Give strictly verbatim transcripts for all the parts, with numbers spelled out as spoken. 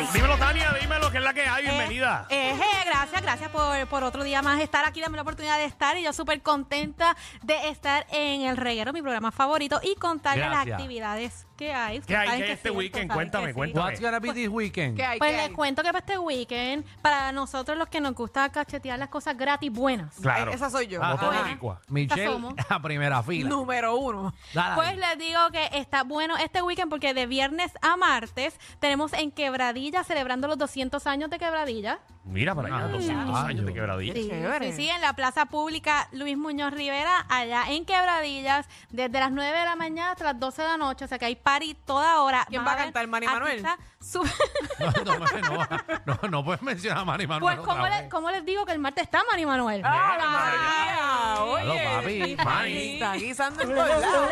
Dímelo, Tania, dímelo, que es la que hay. Bienvenida. Eh, eh, gracias, gracias por, por otro día más estar aquí, dame la oportunidad de estar y yo súper contenta de estar en El Reguero, mi programa favorito, y contarles las Gracias. actividades que hay. ¿Qué hay Saben que que este siento, weekend? saben Cuéntame, que sí. cuéntame. What's gonna be this weekend? ¿Qué hay? Pues ¿Qué les hay? cuento que para este weekend, para nosotros los que nos gusta cachetear las cosas gratis buenas, Claro. Eh, esa soy yo. Ah, Como todo Ajá. boricua. Michelle, somos. a primera fila. Número uno. Dale pues ahí. les digo que está bueno este weekend porque de viernes a martes tenemos en Quebradilla celebrando los doscientos años de Quebradilla. Mira para allá, Ah, doscientos ah, años yo- de quebradilla. Sí, chévere. sí, sí, en la Plaza Pública Luis Muñoz Rivera, allá en Quebradillas, desde las nueve de la mañana hasta las doce de la noche, o sea que hay party toda hora. ¿Quién Vas va a ver cantar, Manny Manuel? artistas su- No, no, no, no, no puedes mencionar a Manny Manuel pues, otra ¿cómo, vez. le- ¿cómo les digo que el martes está Manny Manuel? ¡Ah, Claro, María! papi. Oye, Manny. está guisando en todos lados.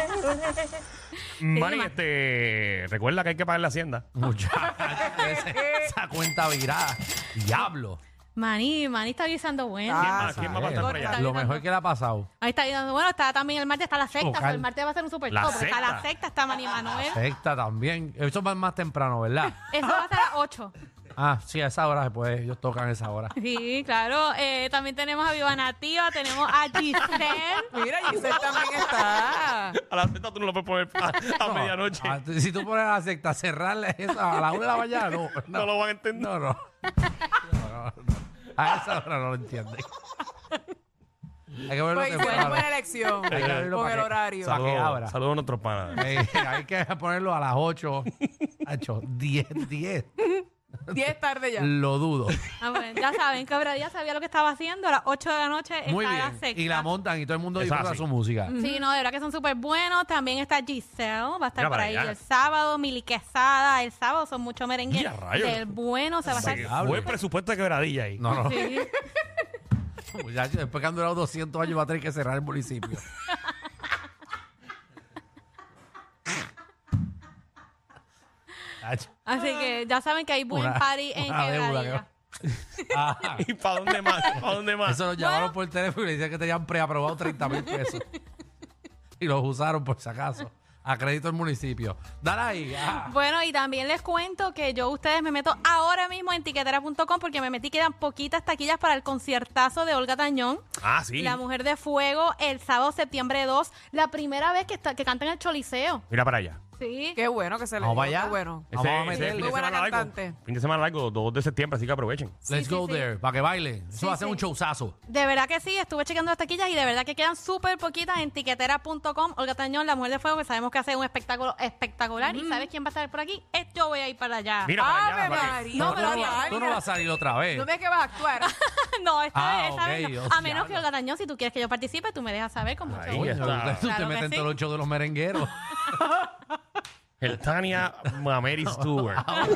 Mari, ma- este, recuerda que hay que pagar la hacienda. Muchacha, ese- esa cuenta virada. Diablo. Manny, Manny está guisando bueno. ¿Quién Ah, más? ¿Quién más va a Eh, estar por allá? Lo mejor que le ha pasado. Ahí está guisando bueno, está también el martes, está la secta, Vocal. pero el martes va a ser un super La top, porque está secta. la secta, está Manny Manuel. Secta también. Eso va más temprano, ¿verdad? Eso va a ser a las ocho. Ah, sí, a esa hora después. Ellos tocan a esa hora. Sí, claro. Eh, también tenemos a Viva Nativa, tenemos a Giselle. Mira, Giselle también está. A la secta tú no lo puedes poner a, a No, medianoche. ah, si tú pones a la secta, cerrarle eso a la una de la mañana, no. No lo van a entender. No, no. No, no, no. A esa hora no lo entienden. Hay que verlo Pues hicieron temprano. buena elección Hay que abrirlo con para el que- horario. Sa- que abra. Saludos saludos a nuestros panas. Eh, hay que ponerlo a las ocho. ocho, diez, diez. diez tarde ya. Lo dudo. Ah, bueno, ya saben, Quebradilla sabía lo que estaba haciendo. A las ocho de la noche Muy está la bien. secta. Y la montan y todo el mundo Eso disfruta así. su música. Sí, no, de verdad que son súper buenos. También está Giselle, va a estar Mira por para ahí allá. el sábado. Mili Quesada, el sábado son muchos merengues. Ya, rayos. Del bueno, se va a estar. Sí. Buen presupuesto de quebradilla ahí. No, no. Sí. Muchachos, después que han durado doscientos años va a tener que cerrar el municipio. Tacho. Así que ya saben que hay buen Una- party en una deuda Quebradilla. que- Ajá. ¿Y para dónde más? ¿Para dónde más? Eso lo llamaron por teléfono y le decían que tenían preaprobado treinta mil pesos. Y los usaron por si acaso. A crédito del municipio. Dale ahí. Ah. Bueno, y también les cuento que yo ustedes me meto ahora mismo en tiquetera punto com porque me metí, quedan poquitas taquillas para el conciertazo de Olga Tañón, Ah, sí. La Mujer de Fuego, el sábado septiembre dos, la primera vez que, está, que canta en el Choliseo. Mira para allá. Sí. Qué bueno que se le Vamos dio, para allá. qué bueno. Vamos a Ese- ese meterle. fin de Muy buena semana largo. cantante. Fin de semana largo, dos de septiembre, así que aprovechen. Let's sí, go sí. there. Para que bailen. Eso Sí, va a ser sí. un showzazo. De verdad que sí, estuve chequeando las taquillas y de verdad que quedan súper poquitas en tiquetera punto com. Olga Tañón, La Mujer de Fuego, que sabemos que hace un espectáculo espectacular. ¿Y sabes quién va a estar por aquí? Eh, Yo voy a ir para allá. Mira para ¡Ave allá. para que- María! No, tú, pero no, bien. vas- tú no vas a salir otra vez. ¿Dónde es que vas a actuar? No, esta Ah, vez, esta ok, vez no. Dios, A menos diablo. que Olga Tañón, si tú quieres que yo participe, tú me dejas saber con mucho Ahí gusto. está. Tú Claro te que metes en sí. todos los shows de los merengueros. El Tania Mameri Stewart.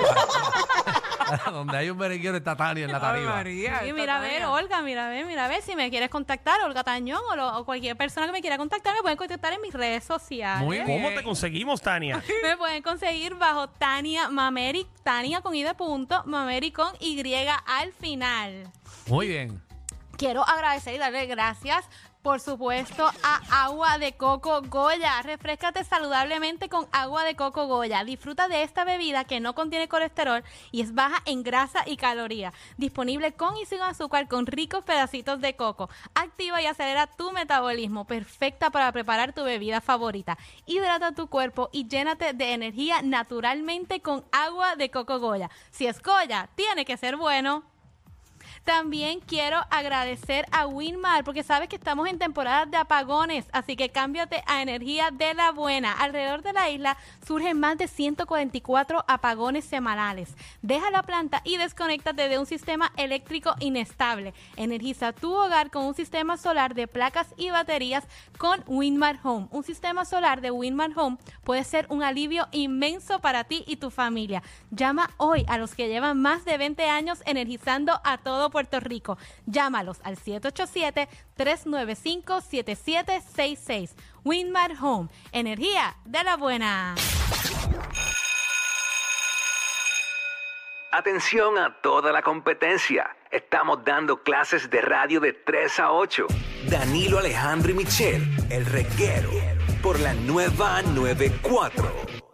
Donde hay un merenguero está Tania en la Ave tarima. María. Sí, esta mira a ver, Tania. Olga, mira a ver, mira a ver. Si me quieres contactar, Olga Tañón o, lo- o cualquier persona que me quiera contactar, me pueden contactar en mis redes sociales. Muy bien. ¿Cómo te conseguimos, Tania? Me pueden conseguir bajo Tania Mameri, Tania con I de punto, Mameri con Y al final. Muy bien. Quiero agradecer y darle gracias, por supuesto, a Agua de Coco Goya. Refréscate saludablemente con Agua de Coco Goya. Disfruta de esta bebida que no contiene colesterol y es baja en grasa y calorías. Disponible con y sin azúcar, con ricos pedacitos de coco. Activa y acelera tu metabolismo. Perfecta para preparar tu bebida favorita. Hidrata tu cuerpo y llénate de energía naturalmente con Agua de Coco Goya. Si es Goya, tiene que ser bueno. También quiero agradecer a Winmar porque sabes que estamos en temporada de apagones, así que cámbiate a energía de la buena. Alrededor de la isla surgen más de ciento cuarenta y cuatro apagones semanales. Deja la planta y desconéctate de un sistema eléctrico inestable. Energiza tu hogar con un sistema solar de placas y baterías con Winmar Home. Un sistema solar de Winmar Home puede ser un alivio inmenso para ti y tu familia. Llama hoy a los que llevan más de veinte años energizando a todo Puerto Rico. Llámalos al siete ocho siete, tres nueve cinco, siete siete seis seis. Winmar Home. Energía de la buena. Atención a toda la competencia. Estamos dando clases de radio de tres a ocho. Danilo Alejandro y Michelle, El Reguero, por la nueva noventa y cuatro.